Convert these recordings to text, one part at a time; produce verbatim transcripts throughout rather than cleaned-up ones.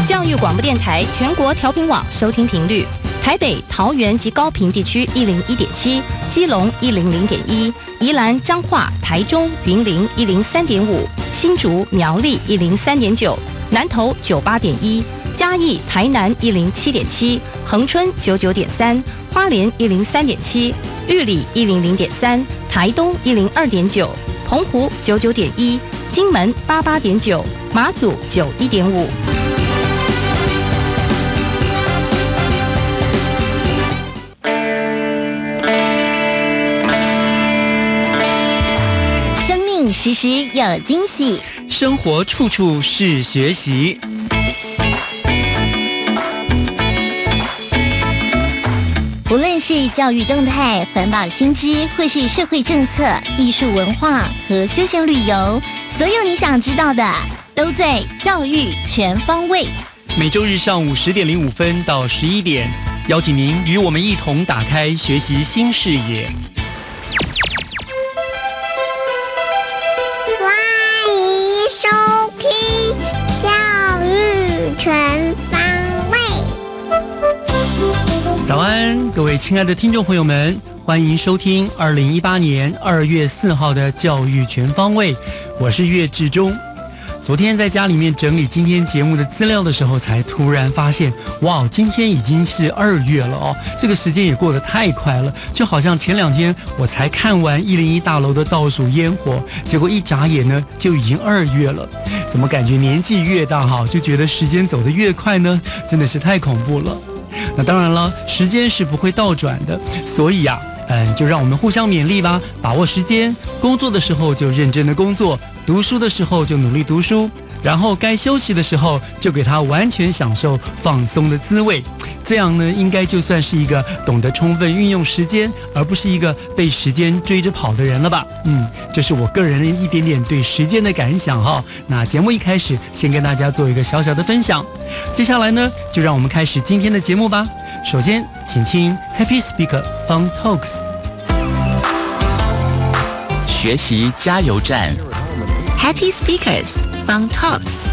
教育广播电台全国调频网收听频率：台北、桃园及高屏地区一零一点七，基隆一零零点一，宜兰、彰化、台中、云林一零三点五，新竹、苗栗一零三点九，南投九八点一，嘉义、台南一零七点七，恒春九九点三，花莲一零三点七，玉里一零零点三，台东一零二点九，澎湖九九点一，金门八八点九，马祖九一点五。 时时有惊喜， 生活处处是学习。 无论是教育动态、环保新知，或是社会政策、艺术文化和休闲旅游，所有你想知道的，都在教育全方位。 每周日上午十点零五分到十一点，邀请您与我们一同打开学习新视野。 全方位。 早安，各位亲爱的听众朋友们，欢迎收听二零一八年二月四号的教育全方位，我是岳志忠。昨天在家里面整理今天节目的资料的时候，才突然发现，哇，今天已经是二月了哦，这个时间也过得太快了，就好像前两天我才看完一零一大楼的倒数烟火，结果一眨眼呢就已经二月了。怎么感觉年纪越大哈，就觉得时间走得越快呢？真的是太恐怖了。那当然了，时间是不会倒转的，所以呀、啊，嗯，就让我们互相勉励吧，把握时间，工作的时候就认真的工作，读书的时候就努力读书，然后该休息的时候就给他完全享受放松的滋味。这样呢，应该就算是一个懂得充分运用时间，而不是一个被时间追着跑的人了吧？嗯，这是我个人的一点点对时间的感想哈。那节目一开始，先跟大家做一个小小的分享。接下来呢，就让我们开始今天的节目吧。首先，请听 Happy Speaker Fun Talks 学习加油站 Happy Speakers Fun Talks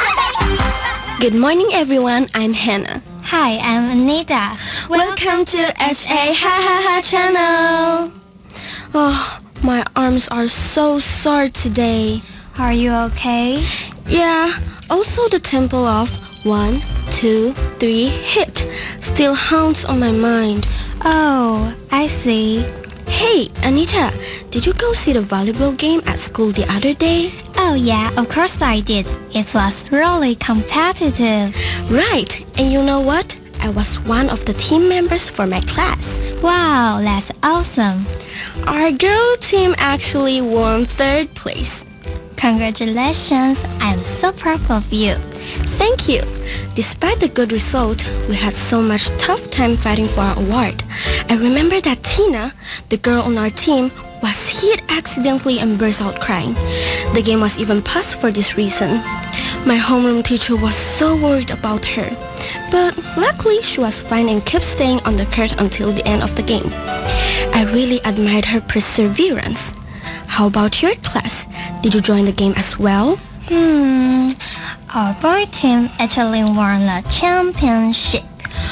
Good morning, everyone. I'm Hannah. Hi, I'm Anita. Welcome to H A Ha Ha Ha channel. Oh, my arms are so sore today. Are you okay? Yeah, also the tempo of one, two, three, hit still haunts on my mind. Oh, I see. Hey, Anita, did you go see the volleyball game at school the other day? Oh yeah, of course I did. It was really competitive. Right, and you know what? I was one of the team members for my class. Wow, that's awesome. Our girl team actually won third place. Congratulations, I'm so proud of you. Thank you. Despite the good result, we had so much tough time fighting for our award. I remember that Tina, the girl on our team, was hit accidentally and burst out crying. The game was even paused for this reason. My homeroom teacher was so worried about her. But luckily, she was fine and kept staying on the court until the end of the game. I really admired her perseverance. How about your class? Did you join the game as well? Hmm, our boy team actually won the championship.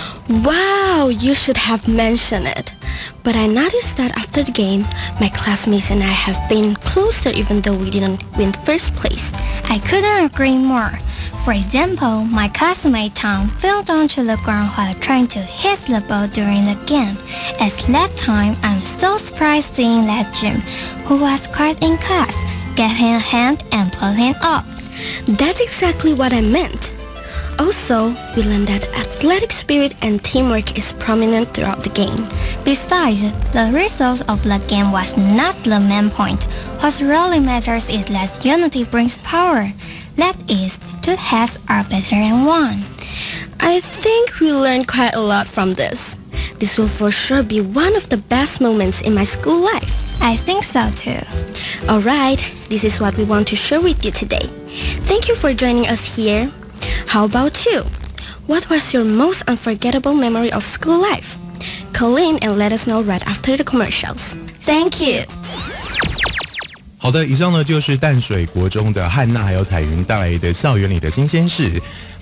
Wow, you should have mentioned it. But I noticed that after the game, my classmates and I have been closer even though we didn't win first place. I couldn't agree more. For example, my classmate Tom fell down to the ground while trying to hit the ball during the game. At that time, I'm so surprised seeing that Jim, who was quiet in class, gave him a hand and pulled him up. That's exactly what I meant. Also, we learned that athletic spirit and teamwork is prominent throughout the game. Besides, the result of the game was not the main point. What really matters is that unity brings power. That is, two heads are better than one. I think we learned quite a lot from this. This will for sure be one of the best moments in my school life. I think so too. Alright, this is what we want to share with you today. Thank you for joining us here. How about you? What was your most unforgettable memory of school life? Call in and let us know right after the commercials. Thank you. 好的，以上呢就是淡水国中的汉娜还有彩云带来的校园里的新鲜事。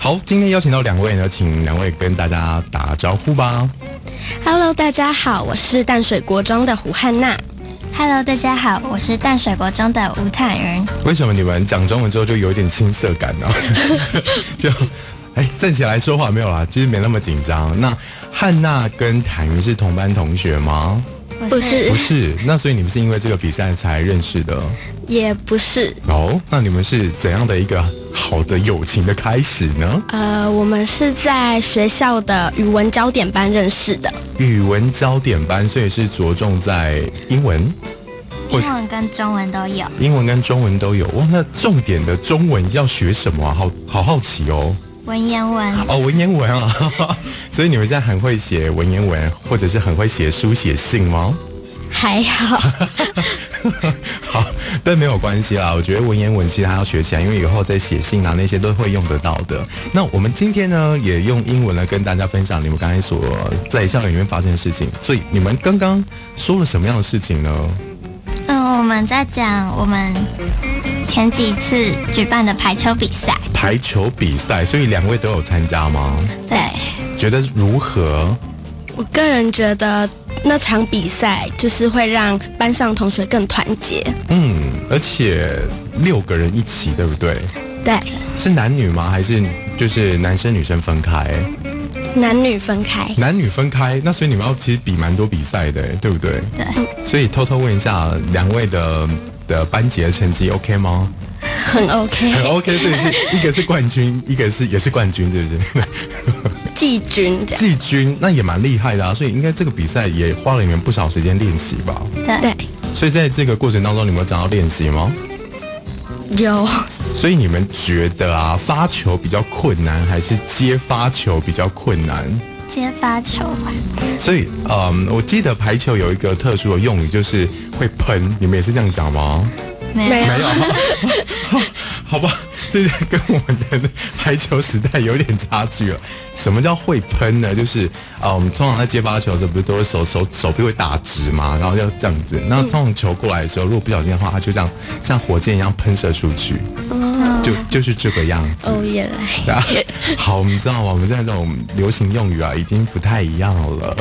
好，今天邀请到两位呢，请两位跟大家打招呼吧。 Hello， 大家好，我是淡水国中的胡汉娜。 Hello， 大家好，我是淡水国中的吴坦云。 为什么你们讲中文之后就有点青涩感呢、啊？就哎，站起来说话没有啦，其实没那么紧张。那汉娜跟坦云是同班同学吗？ 不是， 不是。那所以你们是因为这个比赛才认识的？ 也不是。 哦，那你们是怎样的一个好的友情的开始呢？ 呃，我们是在学校的语文焦点班认识的。 语文焦点班，所以是着重在英文。 英文跟中文都有。 英文跟中文都有。哇，那重点的中文要学什么啊？好好好奇哦。 文言文哦，文言文啊，所以你们现在很会写文言文，或者是很会写书写信吗？ 还好， 好，但没有关系啦。我觉得文言文其实还要学起来，因为以后在写信啊那些都会用得到的。那我们今天呢，也用英文来跟大家分享你们刚才所在校园里面发生的事情。所以你们刚刚说了什么样的事情呢？ 嗯，我们在讲我们前几次举办的排球比赛。 排球比赛，所以两位都有参加吗？ 对。 觉得如何？ 我个人觉得那场比赛就是会让班上同学更团结。 嗯，而且六个人一起，对不对？ 对。 是男女吗？还是就是男生女生分开？ 男女分开。 男女分开，那所以你们要其实比蛮多比赛的，对不对？ 对。 所以偷偷问一下，两位的的班级的成绩 OK 吗？ 很 OK， 很 OK， 所以是一个是冠军，一个是也是冠军，是不是？ 季军， 季军那也蛮厉害的啊，所以应该这个比赛也花了你们不少时间练习吧？ 对。 所以在这个过程当中，你们有讲到练习吗？ 有。 所以你们觉得啊，发球比较困难，还是接发球比较困难？ 接发球吧。 所以，嗯，我记得排球有一个特殊的用语，就是会喷，你们也是这样讲吗？ 没有，没有好吧，这跟我们的排球时代有点差距了。什么叫会喷呢？就是啊，我们通常在接发球的时候，不是都是手手手臂会打直嘛，然后要这样子。那通常球过来的时候，如果不小心的话，它就这样像火箭一样喷射出去，哦、就就是这个样子。 哦，原来。 啊、好，我们知道吗？我们现在这种流行用语啊，已经不太一样了。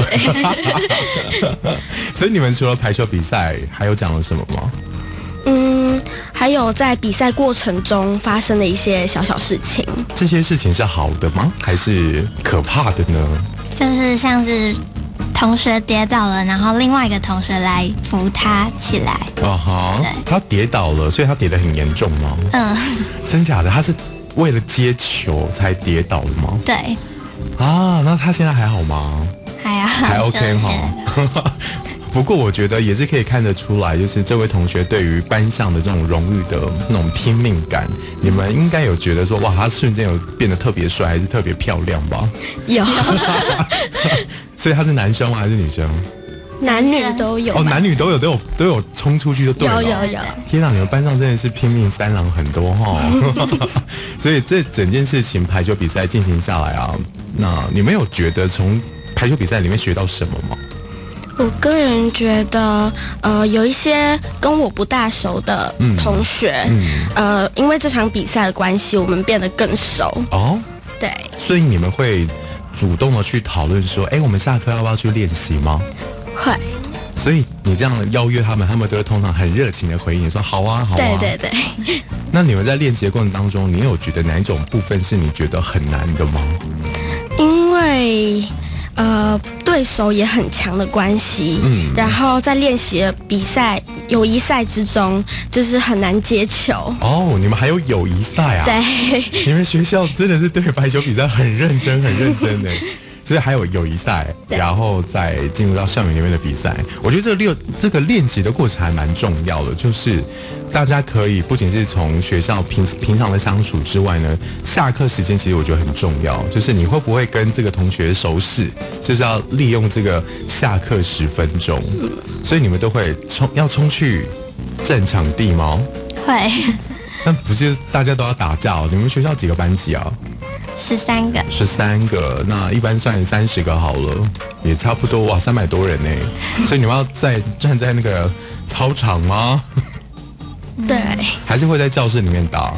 所以你们除了排球比赛，还有讲了什么吗？ 嗯，还有在比赛过程中发生的一些小小事情。 这些事情是好的吗？还是可怕的呢？ 就是像是同学跌倒了，然后另外一个同学来扶他起来。 哦哈，他跌倒了，所以他跌得很严重吗？嗯，真假的？他是为了接球才跌倒的吗？ 对。 啊，那他现在还好吗？ 还好， 还 OK 哈。不过我觉得也是可以看得出来，就是这位同学对于班上的这种荣誉的那种拼命感，你们应该有觉得说，哇，他瞬间有变得特别帅，还是特别漂亮吧？ 有。 所以他是男生吗？还是女生？ 男女都有。 哦，男女都有，都有都有冲出去就对了。 有有有。 天哪，你们班上真的是拼命三郎很多哈。所以这整件事情排球比赛进行下来啊，那你们有觉得从排球比赛里面学到什么吗？ 我个人觉得，呃，有一些跟我不大熟的同学，嗯嗯、呃，因为这场比赛的关系，我们变得更熟。哦，对。 所以你们会主动的去讨论说，哎，我们下课要不要去练习吗？ 会。 所以你这样邀约他们，他们都会通常很热情的回应，说好啊，好啊。 对对对。 那你们在练习的过程当中，你有觉得哪一种部分是你觉得很难的吗？ 因为。呃，对手也很强的关系，嗯，然后在练习的比赛友谊赛之中，就是很难接球。 哦，你们还有友谊赛啊？ 对， 你们学校真的是对排球比赛很认真，很认真的。所以还有友谊赛，然后再进入到校园里面的比赛。我觉得这个练这个练习的过程还蛮重要的，就是大家可以不仅是从学校平平常的相处之外呢，下课时间其实我觉得很重要，就是你会不会跟这个同学熟识，就是要利用这个下课十分钟。所以你们都会冲要冲去占场地吗？ 会。 那不是大家都要打架哦？你们学校几个班级啊？ 十三个， 十三个，那一般算三十个好了，也差不多哇，三百多人呢。所以你们要在站在那个操场吗？ 对， 还是会在教室里面打？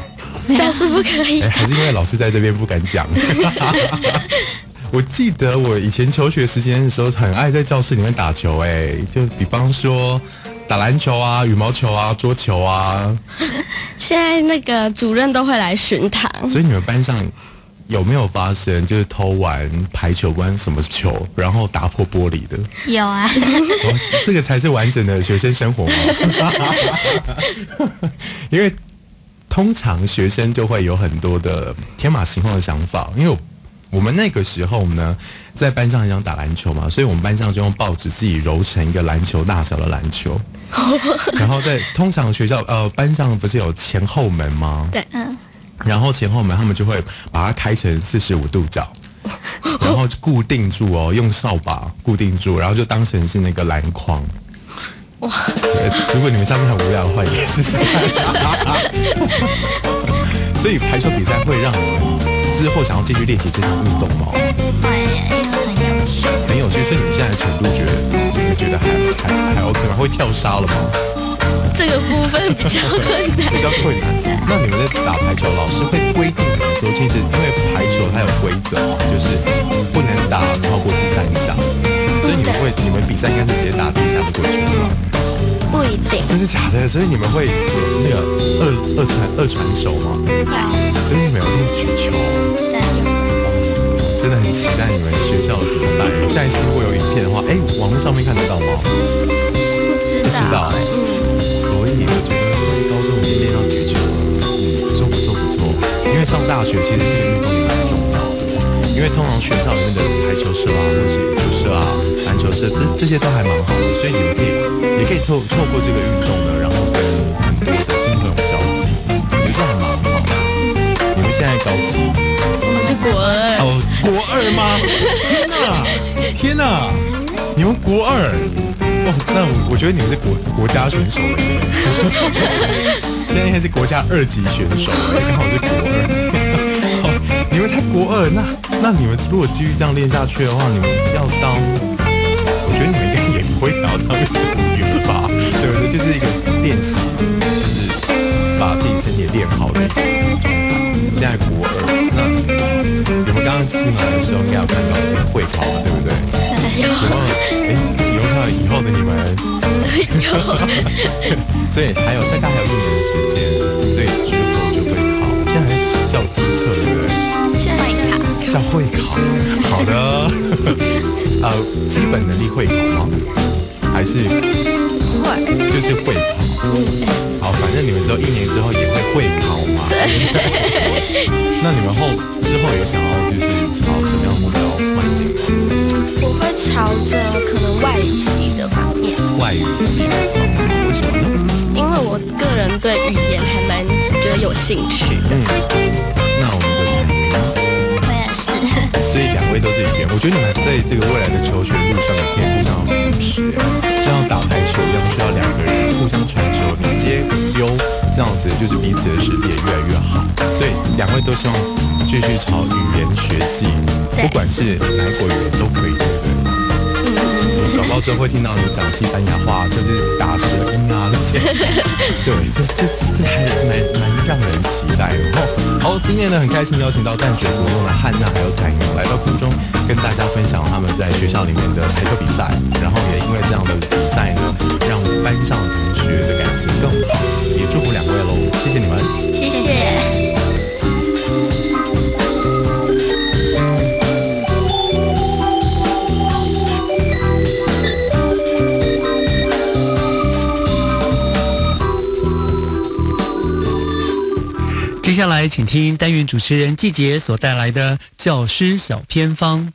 教室不可以打。 还是因为老师在这边不敢讲。我记得我以前求学时间的时候，很爱在教室里面打球，哎，就比方说打篮球啊、羽毛球啊、桌球啊。 现在那个主任都会来巡堂。 所以你们班上有没有发生就是偷玩排球关什么球，然后打破玻璃的？ 有啊。 哦，这个才是完整的学生生活吗？因为通常学生就会有很多的天马行空的想法，因为我。我们那个时候呢，在班上很想打篮球嘛，所以我们班上就用报纸自己揉成一个篮球大小的篮球，然后在通常学校呃班上不是有前后门吗？ 对，嗯， 然后前后门他们就会把它开成四十五度角，然后固定住哦，用扫把固定住，然后就当成是那个篮筐。哇！如果你们下次很无聊的话，也试试看。所以排球比赛会让你们之后想要继续练习这项运动吗？ 会，因为很有趣。 很有趣，所以你们现在的程度觉得，你们觉得还还还 OK 吗？会跳沙了吗？ 这个部分比较困难。 比较困难。那你们在打排球，老师会规定你们说，其实因为排球它有规则嘛，就是不能打超过第三下，所以你们会，你们比赛应该是直接打第一下就过去了吗？ 不一定。 真的假的？所以你们会那个二二传二传手吗？ 对。 所以你们有练举球？ 对。 真的很期待你们学校的比赛。下一次如果有影片的话，哎，网络上面看得到吗？ 不知道。不知道。嗯。 所以我觉得高中已经练到举球了，嗯，不错不错不错。因为上大学其实这个运动也蛮重要的，因为通常学校里面的排球社啊，或者是羽球社啊、篮球社，这这些都还蛮好的，所以你们可以也可以透透过这个运动呢，然后跟很多的新朋友交集，我觉得这还蛮好的。你们现在高几？ 我们是国二。 哦，国二吗？天哪，天哪，你们国二？哇，那我我觉得你们是国国家选手了，现在应该是国家二级选手了，刚好是国二。好，你们才国二，那那你们如果继续这样练下去的话，你们要当，我觉得你们应该也不会想要当运动员吧？对不对？就是一个练习，就是把自己身体练好的一个状态。现在国二，那你们刚刚进来的时候应该有看到那个会考了，对不对？有。哎，以后看到以后的你们， 有。 所以还有再大概还有一年的时间，所以之后就会考。现在还是叫基测，对不对？ 现在叫会考。好的。呃，基本能力会考吗？还是会？ 就是会考。好，反正你们之后一年之后也会会考嘛。对。那你们后之后有想要就是朝什么样的目标迈进吗？ 我会朝着可能外语系的方面。 外语系的方面，为什么呢？ 因为我个人对语言还蛮觉得有兴趣的。 嗯。那我们的凯云呢？ 我也是。 所以两位都是语言，我觉得你们在这个未来的求学路上也可以互相扶持，就像打排球一样，需要两个人互相传球，你接丢，这样子就是彼此的实力也越来越好。所以两位都希望继续朝语言学系，不管是哪一国语言都可以，对不对？搞不好之后会听到你讲西班牙话，就是打舌音啊这些，对，这这这还蛮蛮让人期待的。然后，好，今天呢很开心邀请到淡水国中的汉娜还有凯云来到空中，跟大家分享他们在学校里面的排球比赛，然后也因为这样的比赛呢，让班上的同学的感情更好，也祝福两位喽，谢谢你们， 谢谢。 接下来，请听单元主持人季杰所带来的教师小偏方。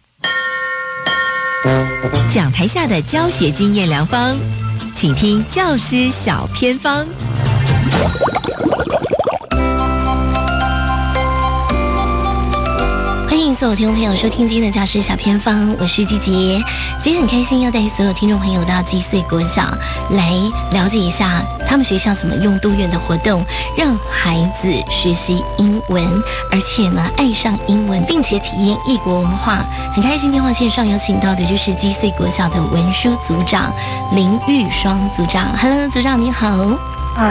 讲台下的教学经验良方，请听教师小偏方。 欢迎所有听众朋友收听今天的教师小偏方，我是季杰。今天很开心要带所有听众朋友到基穗国小来了解一下他们学校怎么用多元的活动让孩子学习英文，而且呢爱上英文，并且体验异国文化。很开心电话线上有请到的就是基穗国小的文书组长林玉双组长。Hello， 组长你好。 啊，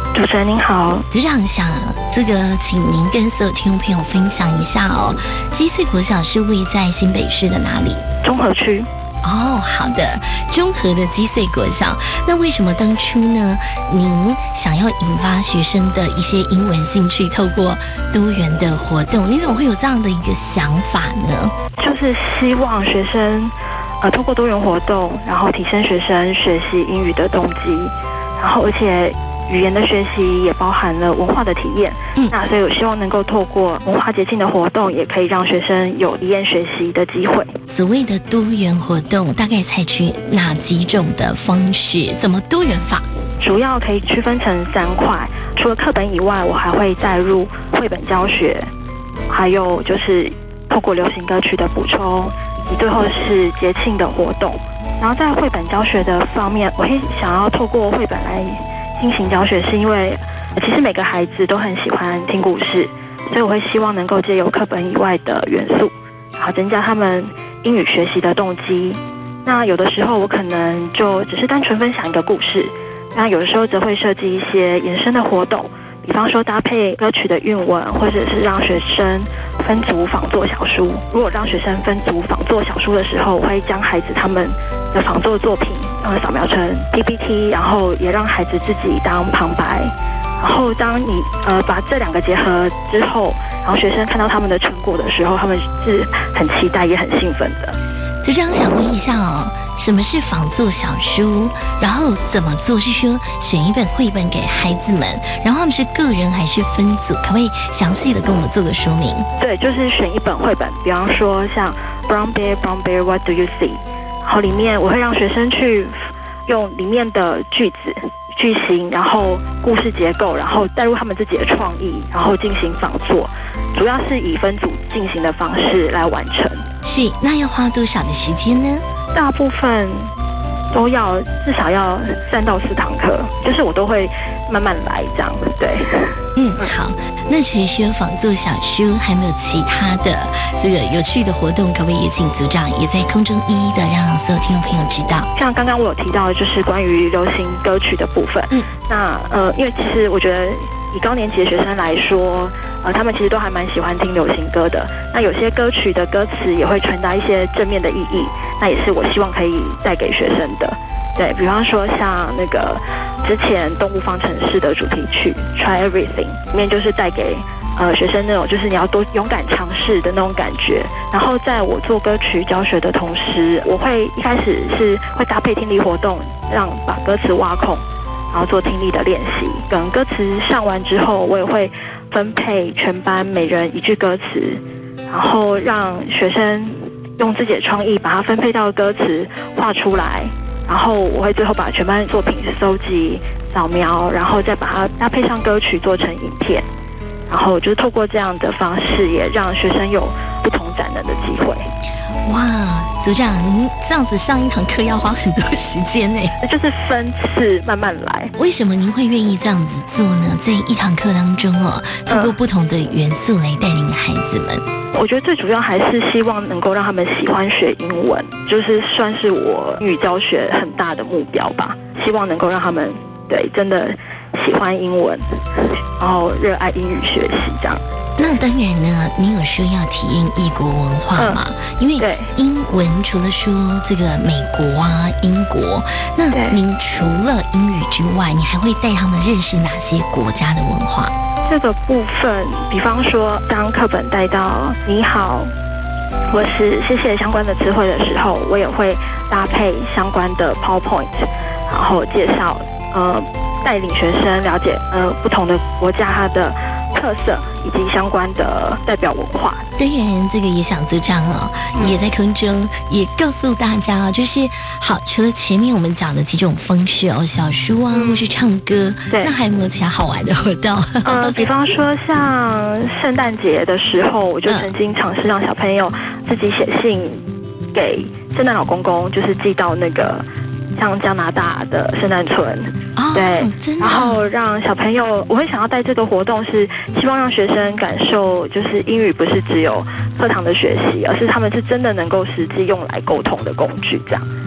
主持人您好， 组长想这个请您跟所有听众朋友分享一下哦。基穗国小是位在新北市的哪里？ 中和区。 哦，好的，中和的基穗国小。那为什么当初呢，您想要引发学生的一些英文兴趣，透过多元的活动？你怎么会有这样的一个想法呢？ 就是希望学生，呃，透过多元活动，然后提升学生学习英语的动机，然后而且语言的学习也包含了文化的体验。嗯，那所以我希望能够透过文化节庆的活动，也可以让学生有体验学习的机会。 所谓的多元活动，大概采取哪几种的方式？怎么多元法？ 主要可以区分成三块，除了课本以外，我还会带入绘本教学，还有就是透过流行歌曲的补充，以及最后是节庆的活动。然后在绘本教学的方面，我会想要透过绘本来进行教学，是因为其实每个孩子都很喜欢听故事，所以我会希望能够借由课本以外的元素，然后增加他们英语学习的动机。那有的时候我可能就只是单纯分享一个故事，那有的时候则会设计一些延伸的活动，比方说搭配歌曲的韵文，或者是让学生分组仿作小书。如果让学生分组仿作小书的时候，我会将孩子他们的仿作作品呃扫描成 P P T， 然后也让孩子自己当旁白。然后当你呃把这两个结合之后，然后学生看到他们的成果的时候，他们是很期待也很兴奋的。 组长想问一下哦，什么是仿作小书？然后怎么做？是说选一本绘本给孩子们，然后他们是个人还是分组？可不可以详细的跟我们做个说明？ 对，就是选一本绘本，比方说像 Brown Bear Brown Bear What Do You See？ 然后里面我会让学生去用里面的句子、句型，然后故事结构，然后带入他们自己的创意，然后进行仿作，主要是以分组进行的方式来完成。 是，那要花多少的时间呢？ 大部分都要至少要三到四堂课，就是我都会慢慢来这样。对， 嗯，好。那除了仿作小书，还没有其他的这个有趣的活动？可不可以也请组长也在空中一一的让所有听众朋友知道？ 像刚刚我有提到的，就是关于流行歌曲的部分。嗯，那呃，因为其实我觉得以高年级的学生来说，呃，他们其实都还蛮喜欢听流行歌的。那有些歌曲的歌词也会传达一些正面的意义，那也是我希望可以带给学生的。对，比方说像那个之前动物方程式的主题曲 Try Everything 里面就是带给呃学生那种就是你要多勇敢尝试的那种感觉。然后在我做歌曲教学的同时，我会一开始是会搭配听力活动，让把歌词挖空，然后做听力的练习。等歌词上完之后，我也会分配全班每人一句歌词，然后让学生用自己的创意把它分配到歌词画出来。然后我会最后把全班的作品收集、扫描，然后再把它搭配上歌曲做成影片。然后就是透过这样的方式，也让学生有不同展能的机会。 哇，组长，您这样子上一堂课要花很多时间呢？ 就是分次慢慢来。 为什么您会愿意这样子做呢？在一堂课当中哦，透过不同的元素来带领孩子们。 我觉得最主要还是希望能够让他们喜欢学英文，就是算是我英语教学很大的目标吧。希望能够让他们对真的喜欢英文，然后热爱英语学习这样。 那当然呢，您有说要体验异国文化嘛？嗯、因为英文除了说这个美国啊、英国，那您除了英语之外，你还会带他们认识哪些国家的文化？ 这个部分，比方说，当课本带到你好，或是谢谢相关的词汇的时候，我也会搭配相关的 PowerPoint， 然后介绍，呃，带领学生了解呃不同的国家它的特色以及相关的代表文化。 当然，这个也想组长哦，嗯、也在空中也告诉大家哦，就是好，除了前面我们讲的几种方式哦，小书啊，嗯、或是唱歌，对，那还有没有其他好玩的活动？ 呃，比方说像圣诞节的时候，我就曾经尝试让小朋友自己写信给圣诞老公公，就是寄到那个像加拿大的圣诞村。 哦、 对，然后让小朋友，我会想要带这个活动是希望让学生感受，就是英语不是只有课堂的学习，而是他们是真的能够实际用来沟通的工具，这样。 嗯，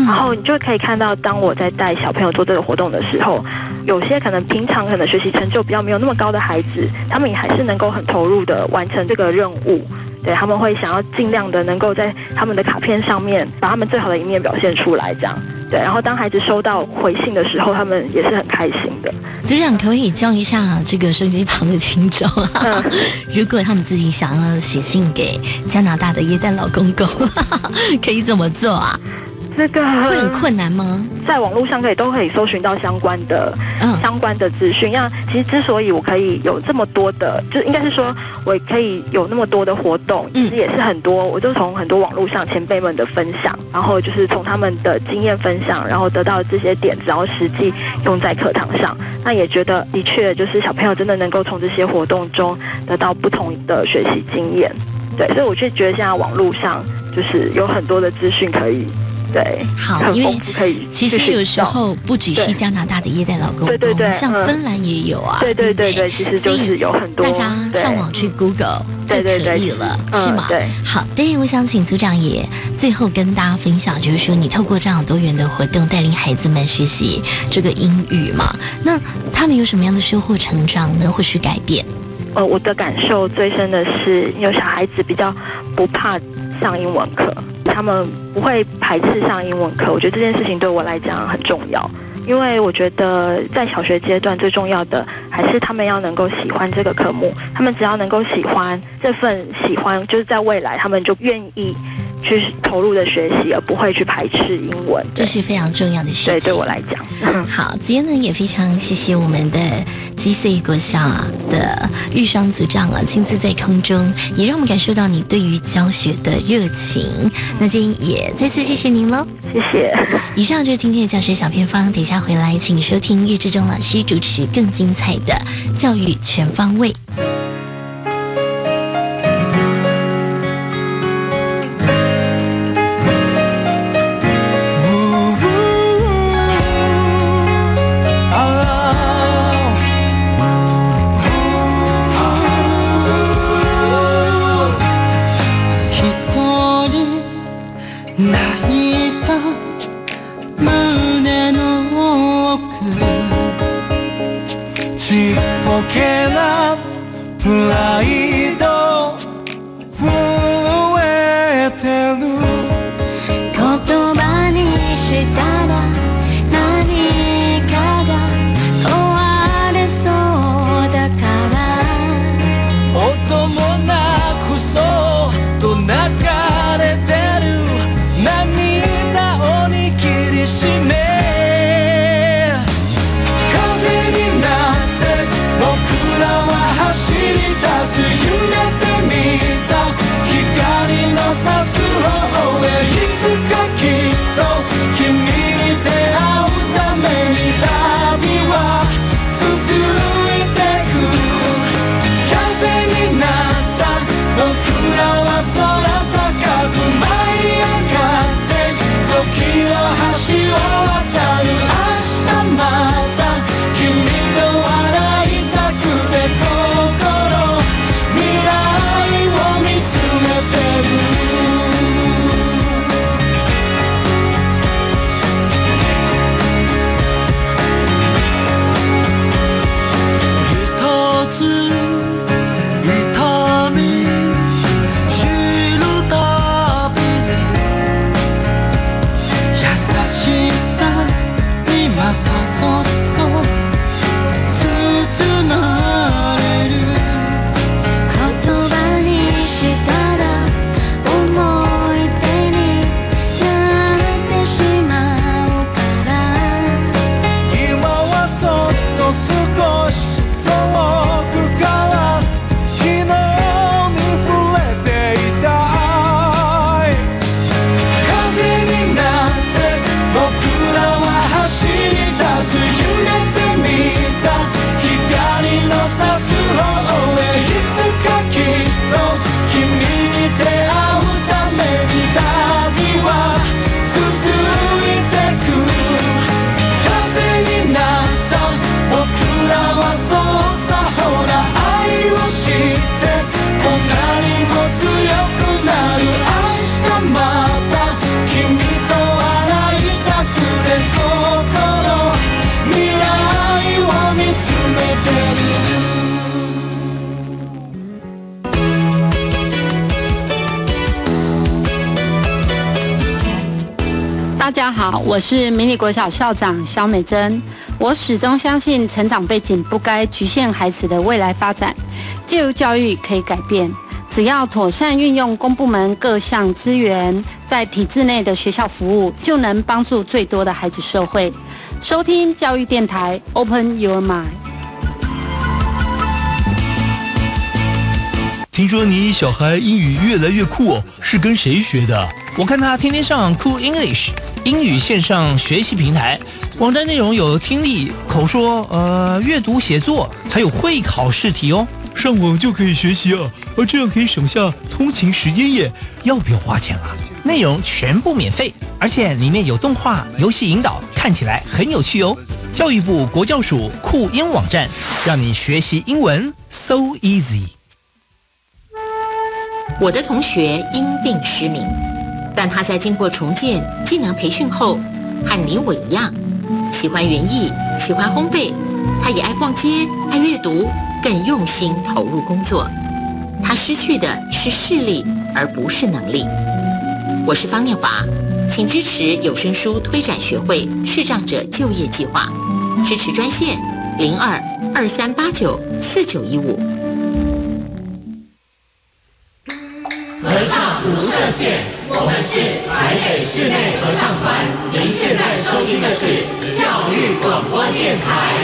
然后你就可以看到，当我在带小朋友做这个活动的时候，有些可能平常可能学习成就比较没有那么高的孩子，他们也还是能够很投入的完成这个任务。对，他们会想要尽量的能够在他们的卡片上面把他们最好的一面表现出来，这样。对，然后当孩子收到回信的时候，他们也是很开心的。 组长可不可以教一下这个收音机旁的听众啊？嗯、如果他们自己想要写信给加拿大的耶诞老公公，可以怎么做啊？ 这个会很困难吗？ 在网络上可以都可以搜寻到相关的、嗯、相关的资讯。那其实之所以我可以有这么多的，就应该是说我可以有那么多的活动，其实也是很多，我就从很多网络上前辈们的分享，然后就是从他们的经验分享，然后得到这些点子，然后实际用在课堂上。那也觉得的确就是小朋友真的能够从这些活动中得到不同的学习经验。对，所以我就觉得现在网络上就是有很多的资讯可以。对， 好，因为其实有时候不只是加拿大的耶诞老公公，对对对，像芬兰也有啊， 对对对对，其实就是有很多， 大家上网去 Google 就可以了，是吗？对，好，当然我想请组长也最后跟大家分享，就是说你透过这样多元的活动带领孩子们学习这个英语嘛，那他们有什么样的收获、成长呢？或是改变？ 呃，我的感受最深的是，有小孩子比较不怕上英文课。他们不会排斥上英文课，我觉得这件事情对我来讲很重要，因为我觉得在小学阶段最重要的还是他们要能够喜欢这个科目，他们只要能够喜欢这份喜欢，就是在未来他们就愿意去投入的学习，而不会去排斥英文， 这是非常重要的事情。 对，对我来讲。 好，今天呢也非常谢谢我们的基 C 国小的玉双组长啊，亲自在空中也让我们感受到你对于教学的热情。那今天也再次谢谢您喽， 谢谢。 以上就是今天的教学小偏方，等一下回来请收听岳志忠老师主持更精彩的教育全方位。 君と笑いたくて心見大家好，我是迷你国小校长肖美珍。我始终相信，成长背景不该局限孩子的未来发展。介入教育可以改变，只要妥善运用公部门各项资源，在体制内的学校服务，就能帮助最多的孩子受惠。收听教育电台 ，Open Your Mind。 听说你小孩英语越来越酷哦，是跟谁学的？ 我看他天天上 Cool English 英语线上学习平台，网站内容有听力、口说、呃阅读、写作，还有会考试题哦。 上网就可以学习啊，而这样可以省下通勤时间耶。 要不要花钱啊？内容全部免费，而且里面有动画、游戏引导，看起来很有趣哦。教育部国教署酷英网站，让你学习英文 so easy。 我的同学因病失明，但他在经过重建技能培训后，和你我一样，喜欢园艺，喜欢烘焙，他也爱逛街，爱阅读，更用心投入工作。他失去的是视力，而不是能力。我是方念华，请支持有声书推展学会视障者就业计划，支持专线零二二三八九四九一五。 合唱无设限，我们是台北室内合唱团。您现在收听的是教育广播电台。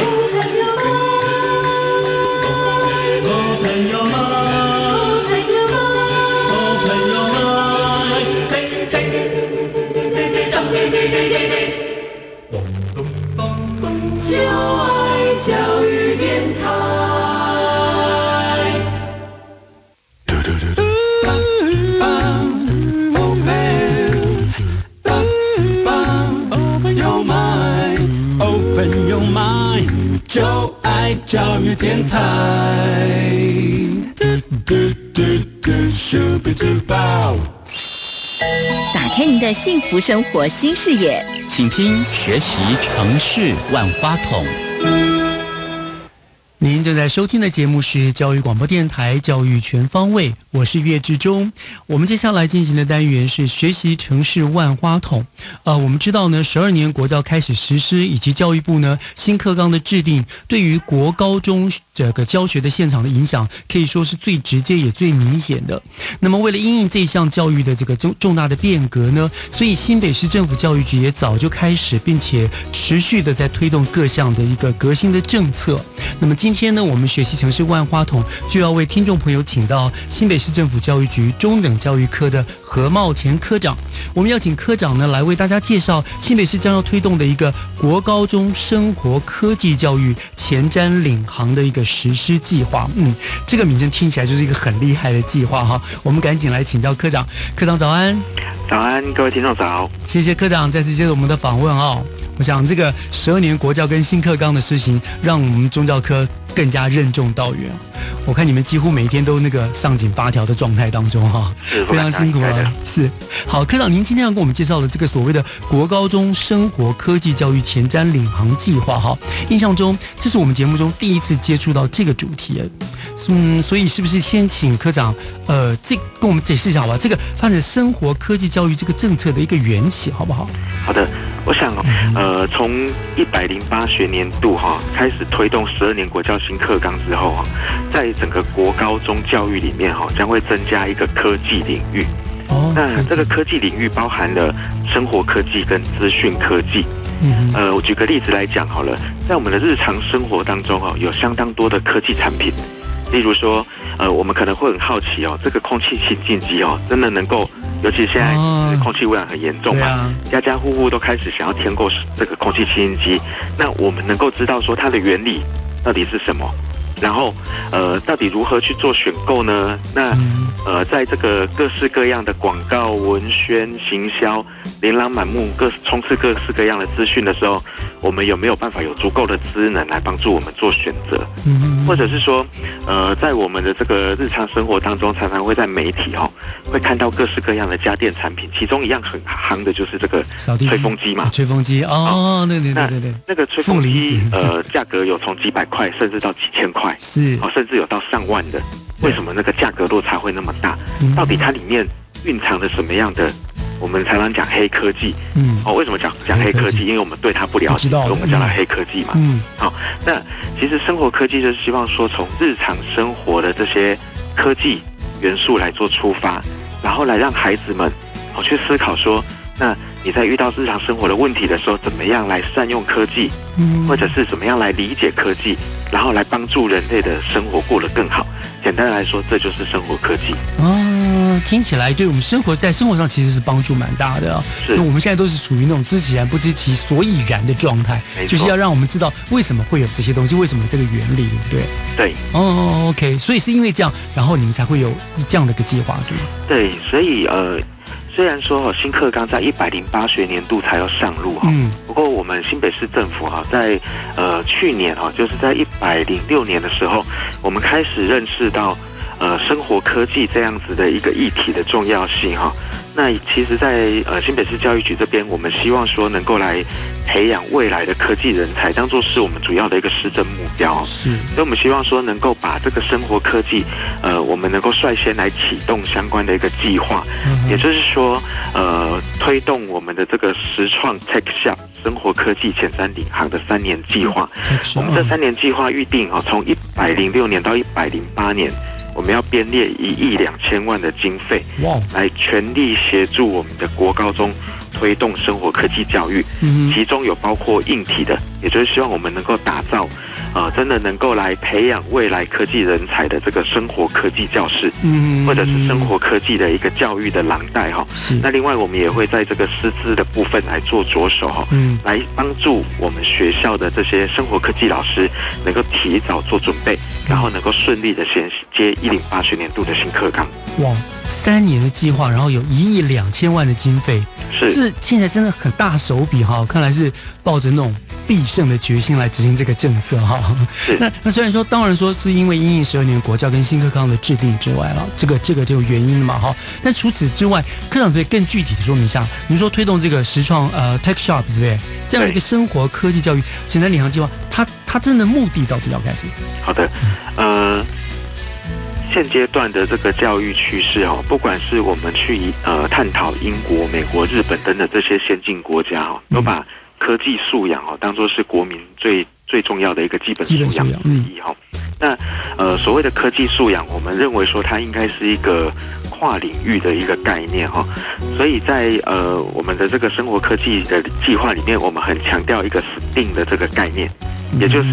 就爱教育电台。Open your mind， 就爱教育电台。 打开您的幸福生活新视野， 请听学习城市万花筒。 您正在收听的节目是教育广播电台教育全方位，我是岳志忠。我们接下来进行的单元是学习城市万花筒。呃，我们知道呢，十二年国教开始实施，以及教育部呢新课纲的制定，对于国高中这个教学的现场的影响，可以说是最直接也最明显的。那么，为了因应这项教育的这个重重大的变革呢，所以新北市政府教育局也早就开始，并且持续的在推动各项的一个革新的政策。那么今天呢，我们学习城市万花筒就要为听众朋友请到新北市政府教育局中等教育科的何茂田科长。我们要请科长呢来为大家介绍新北市将要推动的一个国高中生活科技教育前瞻领航的一个实施计划。嗯，这个名称听起来就是一个很厉害的计划哈。我们赶紧来请教科长。科长早安。 早安，各位听众早。 谢谢科长再次接受我们的访问哦。我想这个十二年国教跟新课纲的施行，让我们中教科更加任重道远。我看你们几乎每天都那个上紧发条的状态当中哈，非常辛苦了。是，好，科长，您今天要跟我们介绍的这个所谓的国高中生活科技教育前瞻领航计划哈，印象中这是我们节目中第一次接触到这个主题。嗯，所以是不是先请科长呃，这跟我们解释一下好吧？这个发展生活科技教育这个政策的一个缘起好不好？ 好的。我想哦，呃，从一百零八学年度哈、哦、开始推动十二年国教新课纲之后啊、哦，在整个国高中教育里面哈、哦，将会增加一个科技领域。哦，那这个科技领域包含了生活科技跟资讯科技。嗯，呃，我举个例子来讲好了，在我们的日常生活当中哦，有相当多的科技产品，例如说，呃，我们可能会很好奇哦，这个空气清净机哦，真的能够。尤其现在空气污染很严重嘛、啊，家家户户都开始想要添购这个空气清净机。那我们能够知道说它的原理到底是什么，然后呃，到底如何去做选购呢？那呃，在这个各式各样的广告、文宣、行销琳琅满目、各充斥各式各样的资讯的时候，我们有没有办法有足够的资能来帮助我们做选择？嗯，或者是说，呃，在我们的这个日常生活当中，常常会在媒体哈、哦、会看到各式各样的家电产品，其中一样很夯的就是这个吹风机嘛。 吹风机哦，对对对对对， 那个吹风机呃价格有从几百块甚至到几千块， 是哦，甚至有到上万的。为什么那个价格落差会那么大？到底它里面蕴藏着什么样的我们常常讲黑科技， 嗯， 哦，为什么讲讲黑科技？因为我们对它不了解，所以我们叫它黑科技嘛。 嗯， 好、哦，那其实生活科技就是希望说，从日常生活的这些科技元素来做出发，然后来让孩子们哦去思考说，那你在遇到日常生活的问题的时候，怎么样来善用科技， 嗯， 或者是怎么样来理解科技，然后来帮助人类的生活过得更好。简单的来说，这就是生活科技。 哦，听起来对我们生活在生活上其实是帮助蛮大的、哦。 是， 因为我们现在都是属于那种知其然不知其所以然的状态，就是要让我们知道为什么会有这些东西，为什么这个原理，对不对？ 对。 哦 ，OK， 所以是因为这样，然后你们才会有这样的一个计划，是吗？ 对，所以呃。虽然说哈新课纲在一百零八学年度才要上路哈， 嗯， 不过我们新北市政府哈在呃去年哈就是在一百零六年的时候，我们开始认识到呃生活科技这样子的一个议题的重要性哈。那其实在，在呃新北市教育局这边，我们希望说能够来培养未来的科技人才，当做是我们主要的一个施政目标。 是， 所以我们希望说能够把这个生活科技，呃，我们能够率先来启动相关的一个计划，嗯、也就是说，呃，推动我们的这个实创 Tech Shop 生活科技前瞻领航的三年计划。嗯、我们这三年计划预定啊，从一百零六年到一百零八年。我们要编列一亿两千万的经费，来全力协助我们的国高中推动生活科技教育，嗯、其中有包括硬体的，也就是希望我们能够打造，呃，真的能够来培养未来科技人才的这个生活科技教室，嗯、或者是生活科技的一个教育的廊带哈。那另外我们也会在这个师资的部分来做着手哈，嗯、来帮助我们学校的这些生活科技老师能够提早做准备，然后能够顺利的衔接一零八学年度的新课纲。 哇，三年的计划，然后有一亿两千万的经费， 是是现在真的很大手笔哈，看来是抱着那种必胜的决心来执行这个政策哈。那那虽然说，当然说是因为因应十二年国教跟新课纲的制定之外了，这个这个就有原因了嘛哈。但除此之外，科长可以更具体的说明一下，您说推动这个实创呃 Tech Shop 对不对？这样的一个生活科技教育前瞻领航计划，它它真的目的到底要干什么？ 好的，呃。现阶段的这个教育趋势哦，不管是我们去呃探讨英国、美国、日本等等这些先进国家哦，都把科技素养哦当作是国民最最重要的一个基本素养之一哈。那呃所谓的科技素养，我们认为说它应该是一个跨领域的一个概念哈。所以在呃我们的这个生活科技的计划里面，我们很强调一个 S T E A M 的这个概念，也就是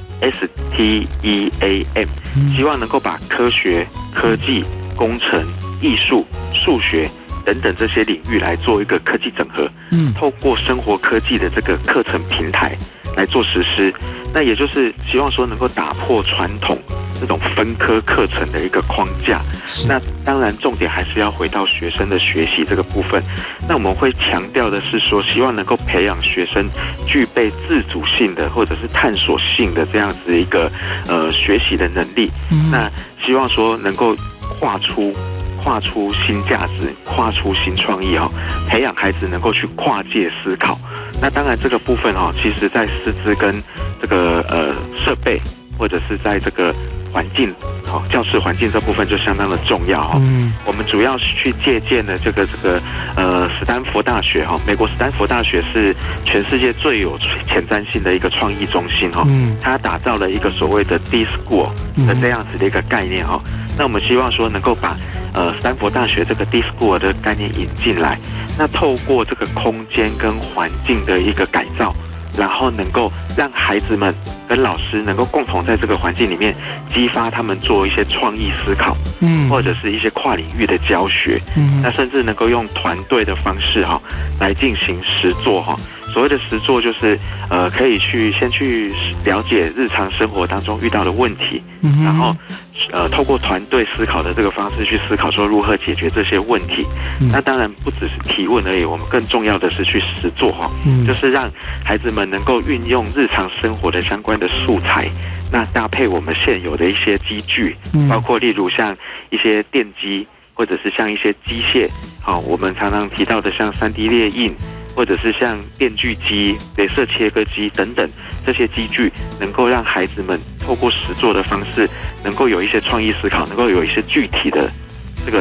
S T E A M， 希望能够把科学、科技、工程、艺术、数学等等这些领域来做一个科技整合，嗯，透过生活科技的这个课程平台来做实施。那也就是希望说能够打破传统这种分科课程的一个框架。那当然重点还是要回到学生的学习这个部分。那我们会强调的是说，希望能够培养学生具备自主性的或者是探索性的这样子一个呃学习的能力。嗯、那希望说能够跨出跨出新价值，跨出新创意哈，培养孩子能够去跨界思考。那当然这个部分哈，其实在师资跟这个呃设备或者是在这个环境，好教室环境这部分就相当的重要哈。嗯，我们主要是去借鉴的这个这个呃斯坦福大学哈，美国斯坦福大学是全世界最有前瞻性的一个创意中心哈。嗯，它打造了一个所谓的 D School 的这样子的一个概念哈。那我们希望说能够把呃斯坦福大学这个 D School 的概念引进来，那透过这个空间跟环境的一个改造，然后能够让孩子们跟老师能够共同在这个环境里面激发他们做一些创意思考，嗯，或者是一些跨领域的教学，嗯，那甚至能够用团队的方式哈来进行实作哈。所谓的实作就是呃可以去先去了解日常生活当中遇到的问题，嗯、然后呃透过团队思考的这个方式去思考说如何解决这些问题。嗯、那当然不只是提问而已，我们更重要的是去实作哈，嗯、就是让孩子们能够运用日常生活的相关的素材，那搭配我们现有的一些机具，嗯、包括例如像一些电机，或者是像一些机械，好，我们常常提到的像 三 D 列印。或者是像电锯机、雷射切割机等等这些机具，能够让孩子们透过实作的方式，能够有一些创意思考，能够有一些具体的这个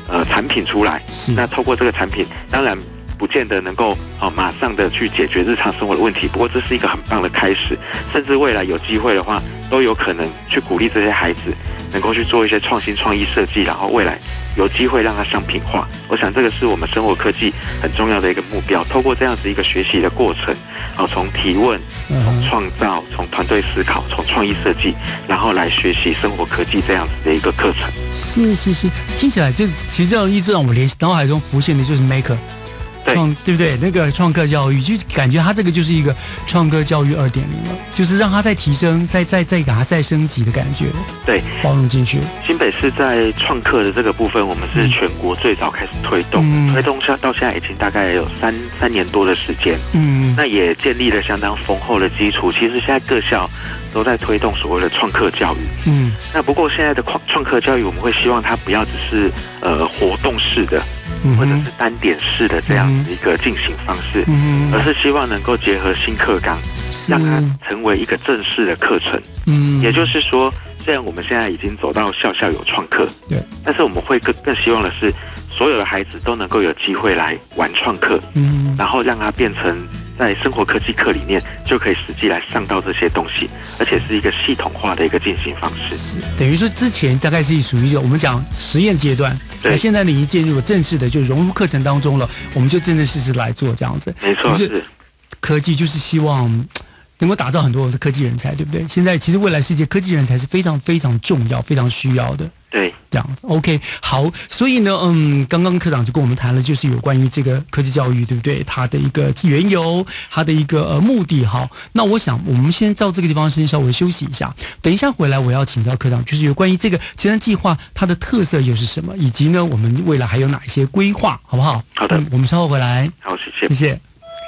呃产品出来。那透过这个产品，当然不见得能够啊、呃、马上的去解决日常生活的问题，不过这是一个很棒的开始，甚至未来有机会的话，都有可能去鼓励这些孩子能够去做一些创新创意设计，然后未来有机会让它商品化。我想这个是我们生活科技很重要的一个目标。透过这样子一个学习的过程，好，从提问、从创造、从团队思考、从创意设计，然后来学习生活科技这样子的一个课程。 是是是，听起来这其实这样一直让我联系脑海中浮现的就是 Maker。创对不对？那个创客教育，就感觉它这个就是一个创客教育二点零了，就是让它再提升、再再再给它再升级的感觉。对，包容进去。 新北市在创客的这个部分，我们是全国最早开始推动，嗯、推动下到现在已经大概有三三年多的时间。嗯，那也建立了相当丰厚的基础。其实现在各校都在推动所谓的创客教育。嗯，那不过现在的创创客教育，我们会希望它不要只是呃活动式的。或者是单点式的这样子一个进行方式，嗯、而是希望能够结合新课纲，让它成为一个正式的课程。嗯，也就是说，虽然我们现在已经走到校校有创客，对，但是我们会更更希望的是，所有的孩子都能够有机会来玩创客，嗯，然后让它变成在生活科技课里面就可以实际来上到这些东西，而且是一个系统化的一个进行方式。 等于说之前大概是属于一个我们讲实验阶段，那现在你已经进入了正式的，就融入课程当中了，我们就真的是是来做这样子。 没错，是科技就是希望能够打造很多的科技人才，对不对？现在其实未来世界科技人才是非常非常重要、非常需要的。 对， 这样子 ，OK， 好，所以呢，嗯，刚刚科长就跟我们谈了，就是有关于这个科技教育，对不对？它的一个缘由，它的一个呃目的，好，那我想我们先到这个地方先稍微休息一下，等一下回来我要请教科长，就是有关于这个前瞻计划它的特色又是什么，以及呢我们未来还有哪一些规划，好不好？ 好的， 嗯，我们稍后回来。 好，谢谢， 谢谢。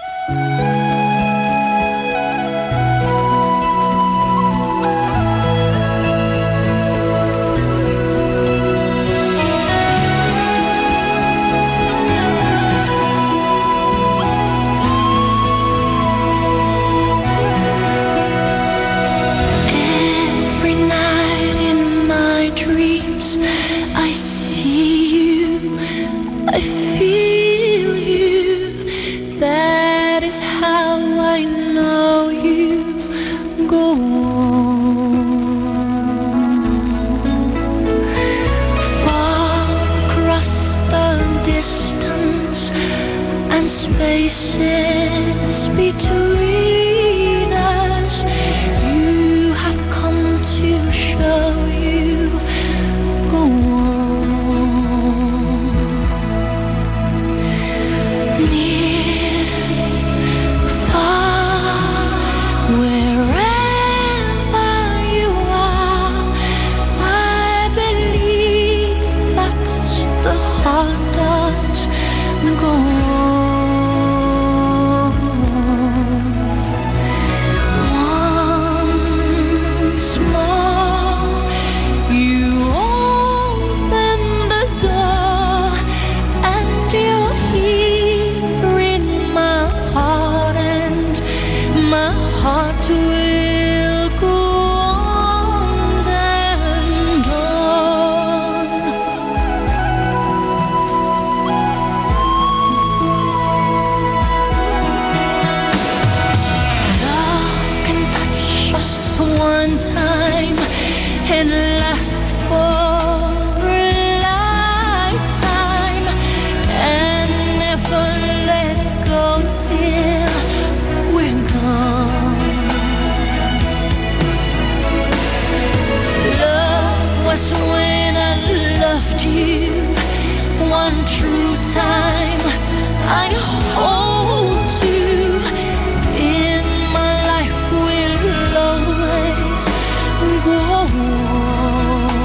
Spaces between us, you have come to show you go on. Near, far, wherever you are, I believe that the heart does go on. One time and last for a lifetime and never let go till we're gone. Love was when I loved you one true time. I hold you in my life will always go on.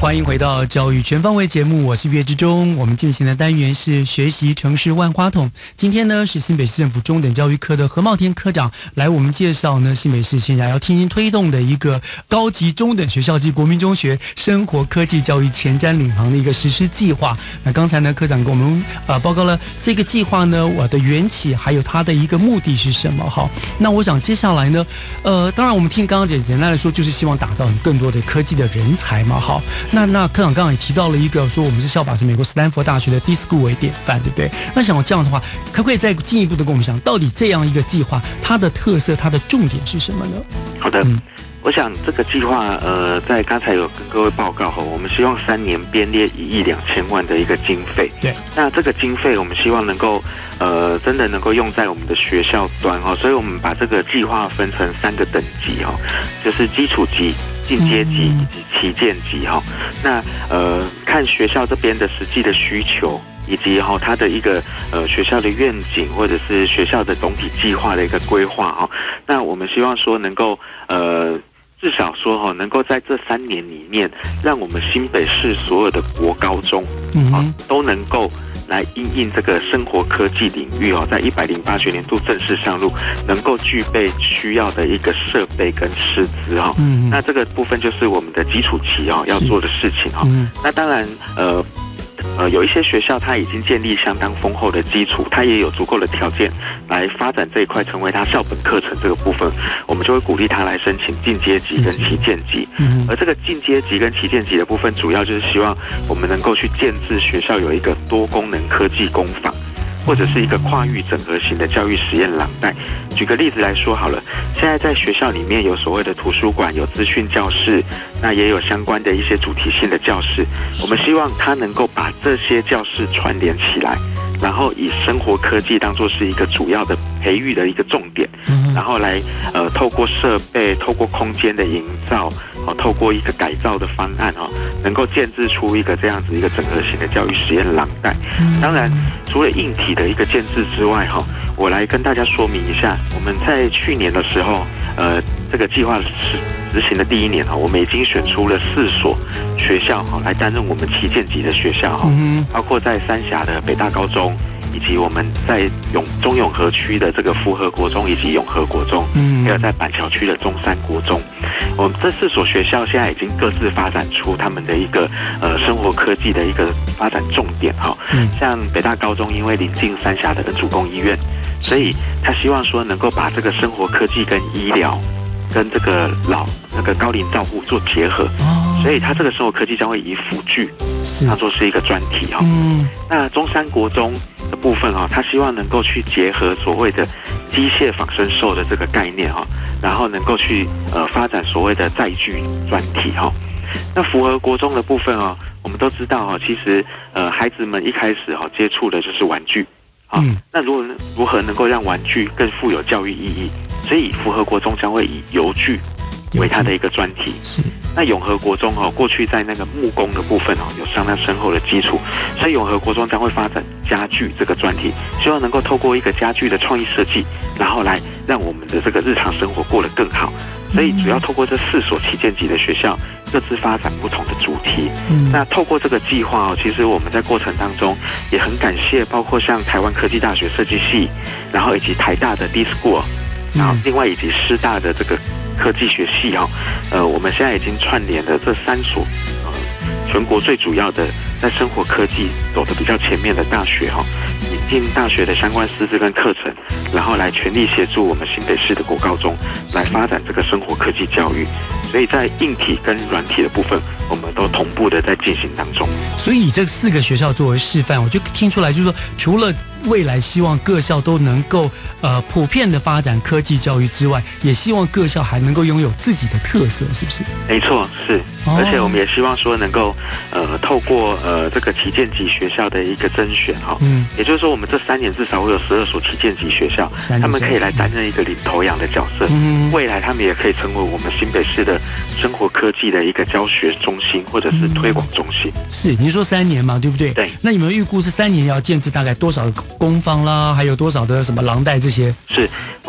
欢迎回到教育全方位节目，我是岳志忠。我们进行的单元是学习城市万花筒。今天呢是新北市政府中等教育科的何茂天科长来我们介绍呢新北市现在要进行推动的一个高级中等学校及国民中学生活科技教育前瞻领航的一个实施计划。那刚才呢科长给我们呃报告了这个计划呢我的缘起，还有它的一个目的是什么。好，那我想接下来呢呃当然我们听刚刚简简单来说就是希望打造更多的科技的人才嘛。好，那那科长刚刚也提到了一个说我们是效法是美国斯坦福大学的 D-School 为典范，对不对？那想这样的话，可不可以再进一步的跟我们讲，到底这样一个计划它的特色、它的重点是什么呢？ 好的，嗯、我想这个计划呃，在刚才有跟各位报告后，我们希望三年编列一亿两千万的一个经费。 对， 那这个经费我们希望能够呃真的能够用在我们的学校端哦，所以我们把这个计划分成三个等级哦，就是基础级、进阶级以及旗舰级哈。那呃，看学校这边的实际的需求，以及哈它的一个呃学校的愿景，或者是学校的总体计划的一个规划哈。那我们希望说能够呃。至少说哈，能够在这三年里面，让我们新北市所有的国高中啊都能够来因应这个生活科技领域哦，在一百零八学年度正式上路，能够具备需要的一个设备跟师资哈。嗯，那这个部分就是我们的基础期哦要做的事情哈。嗯，那当然呃。呃，有一些学校它已经建立相当丰厚的基础，它也有足够的条件来发展这一块，成为它校本课程这个部分，我们就会鼓励它来申请进阶级跟旗舰级。嗯，而这个进阶级跟旗舰级的部分，主要就是希望我们能够去建制学校有一个多功能科技工坊，或者是一个跨域整合型的教育实验廊带。举个例子来说好了，现在在学校里面有所谓的图书馆，有资讯教室，那也有相关的一些主题性的教室。我们希望它能够把这些教室串联起来，然后以生活科技当作是一个主要的培育的一个重点，然后来呃透过设备、透过空间的营造，哦，透过一个改造的方案哦，能够建制出一个这样子一个整合型的教育实验廊带。当然，除了硬体的一个建制之外，哈，我来跟大家说明一下，我们在去年的时候，呃，这个计划是执行的第一年哈，我们已经选出了四所学校哈来担任我们旗舰级的学校哈，包括在三峡的北大高中，以及我们在永中永和区的这个福和国中以及永和国中，嗯，还有在板桥区的中山国中，我们这四所学校现在已经各自发展出他们的一个呃生活科技的一个发展重点哈。嗯，像北大高中因为临近三峡的主攻医院，所以他希望说能够把这个生活科技跟医疗跟这个老那个高龄照护做结合，哦，所以他这个生活科技将会以辅具当作是一个专题哈。嗯，那中山国中的部分哈，他希望能够去结合所谓的机械仿生兽的这个概念哈，然后能够去呃发展所谓的载具专题哈。那符合国中的部分哦，我们都知道哈，其实呃孩子们一开始哈接触的就是玩具啊，嗯，那如果如何能够让玩具更富有教育意义？所以符合国中将会以游具为它的一个专题。是。那永和国中哦，过去在那个木工的部分哦，有相当深厚的基础，所以永和国中将会发展家具这个专题，希望能够透过一个家具的创意设计，然后来让我们的这个日常生活过得更好。所以主要透过这四所旗舰级的学校，各自发展不同的主题。嗯，那透过这个计划哦，其实我们在过程当中也很感谢，包括像台湾科技大学设计系，然后以及台大的 D-School， 然后另外以及师大的这个科技学系哦，呃，我们现在已经串联了这三所呃全国最主要的在生活科技走得比较前面的大学哈，引进大学的相关师资跟课程，然后来全力协助我们新北市的国高中来发展这个生活科技教育。所以在硬体跟软体的部分，我们都同步的在进行当中。 所以以这四个学校作为示范，我就听出来，就是说，除了未来希望各校都能够呃普遍的发展科技教育之外，也希望各校还能够拥有自己的特色，是不是？ 没错，是。哦，而且我们也希望说能够呃透过呃这个旗舰级学校的一个甄选哈，嗯，也就是说我们这三年至少会有十二所旗舰级学校，他们可以来担任一个领头羊的角色。嗯，未来他们也可以成为我们新北市的生活科技的一个教学中心或者是推广中心。 嗯，是，您说三年嘛，对不对？ 对。 那你们预估是三年要建制大概多少个工坊啦，还有多少的什么廊带这些？ 是，我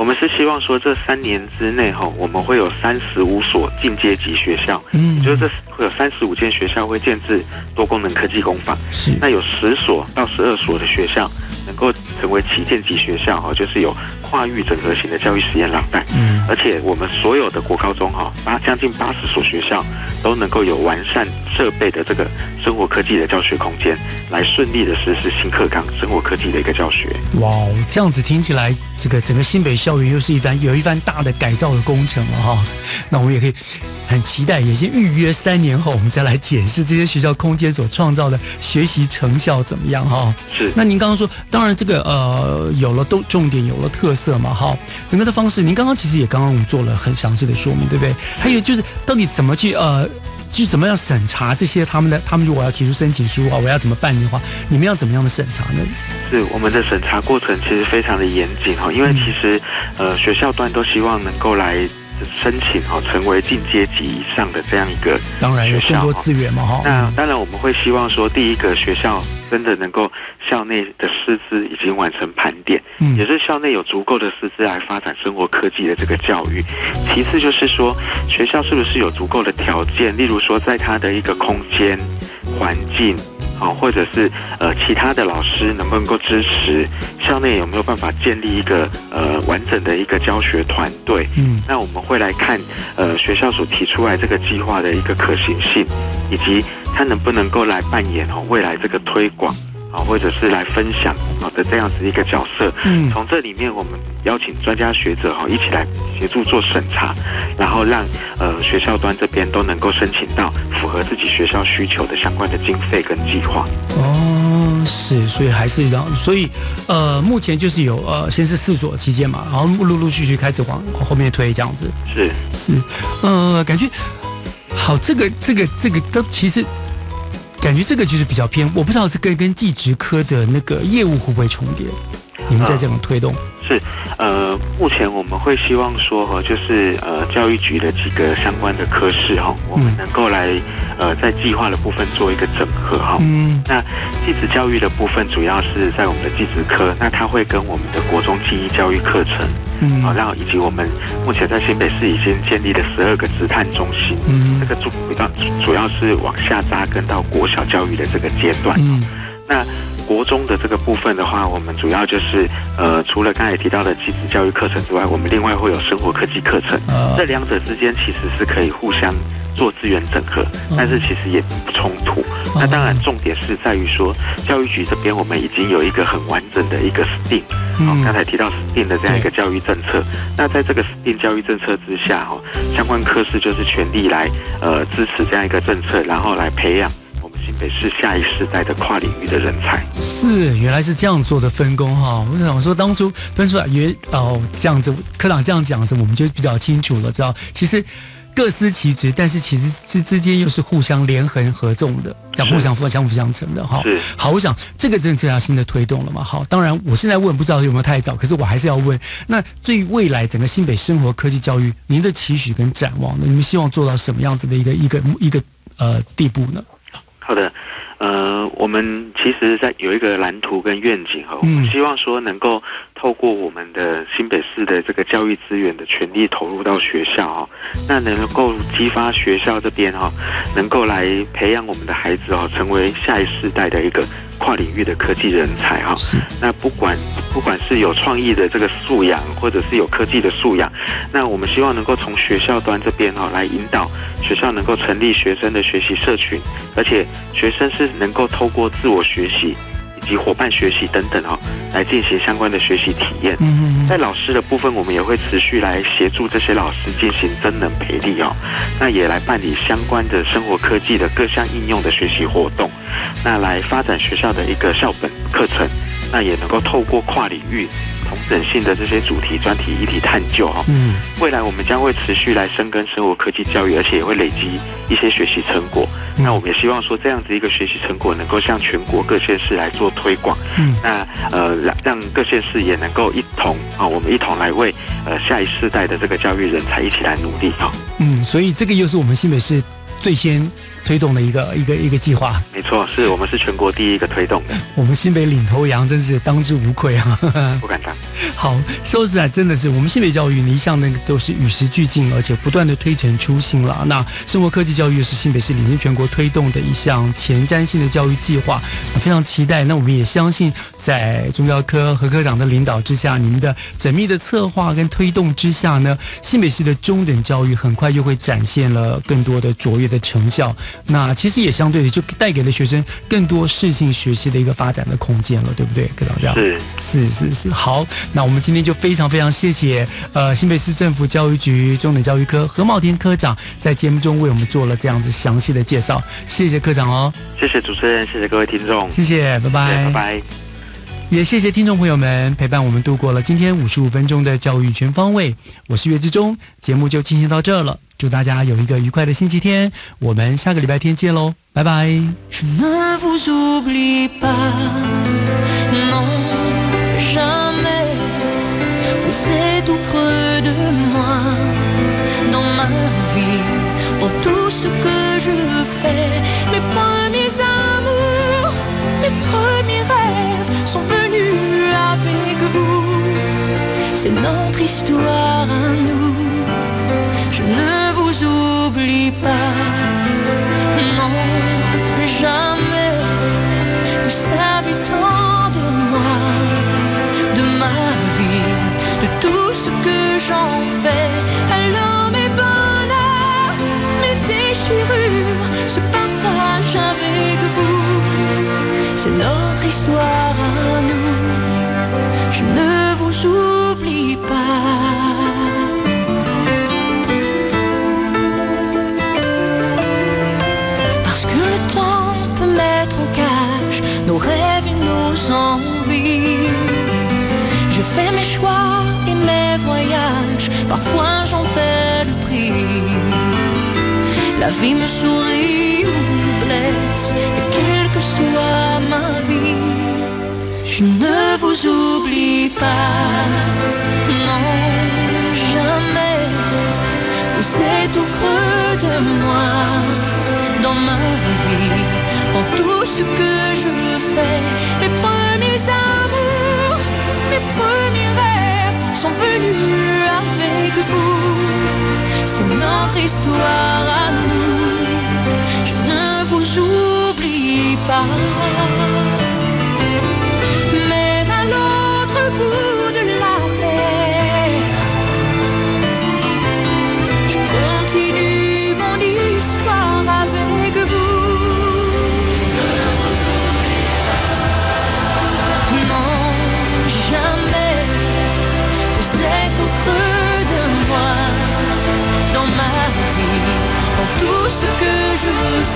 我们是希望说这三年之内哈，我们会有三十五所进阶级学校，嗯，也就是这会有三十五间学校会建制多功能科技工坊， 是， 那有十所到十二所的学校能够成为旗舰级学校哈，就是有跨域整合型的教育实验廊带，嗯，而且我们所有的国高中哈，八将近八十所学校都能够有完善设备的这个生活科技的教学空间，来顺利的实施新课纲生活科技的一个教学。 哇，这样子听起来，这个整个新北校园又是一番有一番大的改造的工程了哈。那我们也可以很期待，也先预约三年后，我们再来检视这些学校空间所创造的学习成效怎么样哈。 是。 那您刚刚说，当然这个呃有了重重点，有了特色嘛哈，整个的方式，您刚刚其实也刚刚我们做了很详细的说明，对不对？还有就是到底怎么去呃。就是怎么样审查这些他们的，他们如果要提出申请书啊，我要怎么办的话，你们要怎么样的审查呢？ 是我们的审查过程其实非常的严谨哈，因为其实呃学校端都希望能够来申请哈，成为进阶级以上的这样一个学校， 当然有更多资源嘛哈。 那当然我们会希望说，第一个学校真的能够校内的师资已经完成盘点，嗯，也是校内有足够的师资来发展生活科技的这个教育。其次就是说，学校是不是有足够的条件，例如说在它的一个空间环境。好，或者是呃其他的老师能不能够支持，校内有没有办法建立一个呃完整的一个教学团队？嗯，那我们会来看呃学校所提出来这个计划的一个可行性，以及它能不能够来扮演哦未来这个推广啊，或者是来分享啊的这样子一个角色。嗯，从这里面我们邀请专家学者哈一起来协助做审查，然后让呃学校端这边都能够申请到符合自己学校需求的相关的经费跟计划。 哦，是，所以还是这样，所以呃目前就是有呃先是四所期间嘛，然后陆陆续续开始往后面推这样子。 是是，呃感觉好，这个这个这个都其实。感觉这个就是比较偏，我不知道这跟跟技职科的那个业务会不会重叠？你们在这种推动、 嗯、是呃，目前我们会希望说哈，就是呃教育局的几个相关的科室哈，我们能够来呃在计划的部分做一个整合哈。嗯，那技职教育的部分主要是在我们的技职科，那它会跟我们的国中技艺教育课程。嗯，好，然后以及我们目前在新北市已经建立了十二个职探中心，嗯，这个主要主要是往下扎根到国小教育的这个阶段。嗯，那国中的这个部分的话，我们主要就是呃，除了刚才提到的技职教育课程之外，我们另外会有生活科技课程，呃、这两者之间其实是可以互相做资源整合，但是其实也不冲突。那当然，重点是在于说，教育局这边我们已经有一个很完整的一个 S T E A M， 哦，刚才提到 S T E A M 的这样一个教育政策。那在这个 S T E A M 教育政策之下，哈，相关科室就是全力来呃支持这样一个政策，然后来培养我们新北市下一世代的跨领域的人才。 是，原来是这样做的分工哈。我想说，当初分出来约哦这样子，科长这样讲的时候，我们就比较清楚了，知道其实。各司其职，但是其实之之间又是互相联合合纵的，这样互相相辅相成的哈。好，我想这个政策要新的推动了嘛。好，当然我现在问不知道有没有太早，可是我还是要问。那对未来整个新北生活科技教育，您的期许跟展望呢？你们希望做到什么样子的一个一个一个呃地步呢？ 好的。呃，我们其实在有一个蓝图跟愿景哈，我们希望说能够透过我们的新北市的这个教育资源的全力投入到学校哈，那能够激发学校这边哈，能够来培养我们的孩子哈，成为下一世代的一个跨领域的科技人才哈。那不管不管是有创意的这个素养，或者是有科技的素养，那我们希望能够从学校端这边哈来引导学校能够成立学生的学习社群，而且学生是能够透过自我学习以及伙伴学习等等哦，来进行相关的学习体验。在老师的部分，我们也会持续来协助这些老师进行增能培力哦，那也来办理相关的生活科技的各项应用的学习活动，那来发展学校的一个校本课程，那也能够透过跨领域同整性的这些主题专题议题探究哦。嗯，未来我们将会持续来深耕生活科技教育，而且也会累积一些学习成果。嗯、那我们也希望说，这样子一个学习成果能够向全国各县市来做推广。嗯，那呃让各县市也能够一同啊，我们一同来为呃下一世代的这个教育人才一起来努力啊。 嗯，所以这个又是我们新北市最先推动的一个一个一个计划。 没错，是我们是全国第一个推动的。 我们新北领头羊真是当之无愧啊！ 不敢当。 好，说实在，真的是我们新北教育一向那个都是与时俱进，而且不断的推陈出新了。那生活科技教育是新北市领先全国推动的一项前瞻性的教育计划，非常期待。那我们也相信，在中教科何科长的领导之下，你们的缜密的策划跟推动之下呢，新北市的中等教育很快就会展现了更多的卓越的成效。那其实也相对的就带给了学生更多适性学习的一个发展的空间了，对不对，科长？这样是是是是。好，那我们今天就非常非常谢谢呃新北市政府教育局中等教育科何茂天科长在节目中为我们做了这样子详细的介绍，谢谢科长哦。 谢谢主持人，谢谢各位听众， 谢谢，拜拜， 拜拜。 也谢谢听众朋友们陪伴我们度过了今天五十五分钟的教育全方位，我是岳志忠，节目就进行到这了，祝大家有一个愉快的星期天，我们下个礼拜天见喽，拜拜。 Je ne vous oublie pas, non, jamais. Vous êtes au creux de moi, dans ma vie, dans tout ce que je fais. Mes premiers amours, mes premiers rêves sont venus avec vous. C'est notre histoire à nous. Je ne vous oublie pas, non, jamais. Vous savez tant de moi, de ma vie, de tout ce que j'en fais. Alors mes bonheurs, mes déchirures se partagent avec vous. C'est notre histoire à nous. Je ne vous oublie pas. Parce que le temps peut mettre en cage nos rêves et nos envies. Je fais mes choix et mes voyages, parfois j'en paie le prix. La vie me sourit ou me blesse, et quelle que soit ma vie, je ne vous oublie pas, non, jamais. Vous êtes au creux de moi, dans ma vie, dans tout ce que je fais. Mes premiers amours, mes premiers rêves sont venus avec vous. C'est notre histoire à nous. Je ne vous oublie pas. Même à l'autre bout de la terre, je continue mon histoire avec vous. Ne vous oublie pas. Non, jamais. Vous êtes au creux de moi, dans ma vie, dans tout ce que je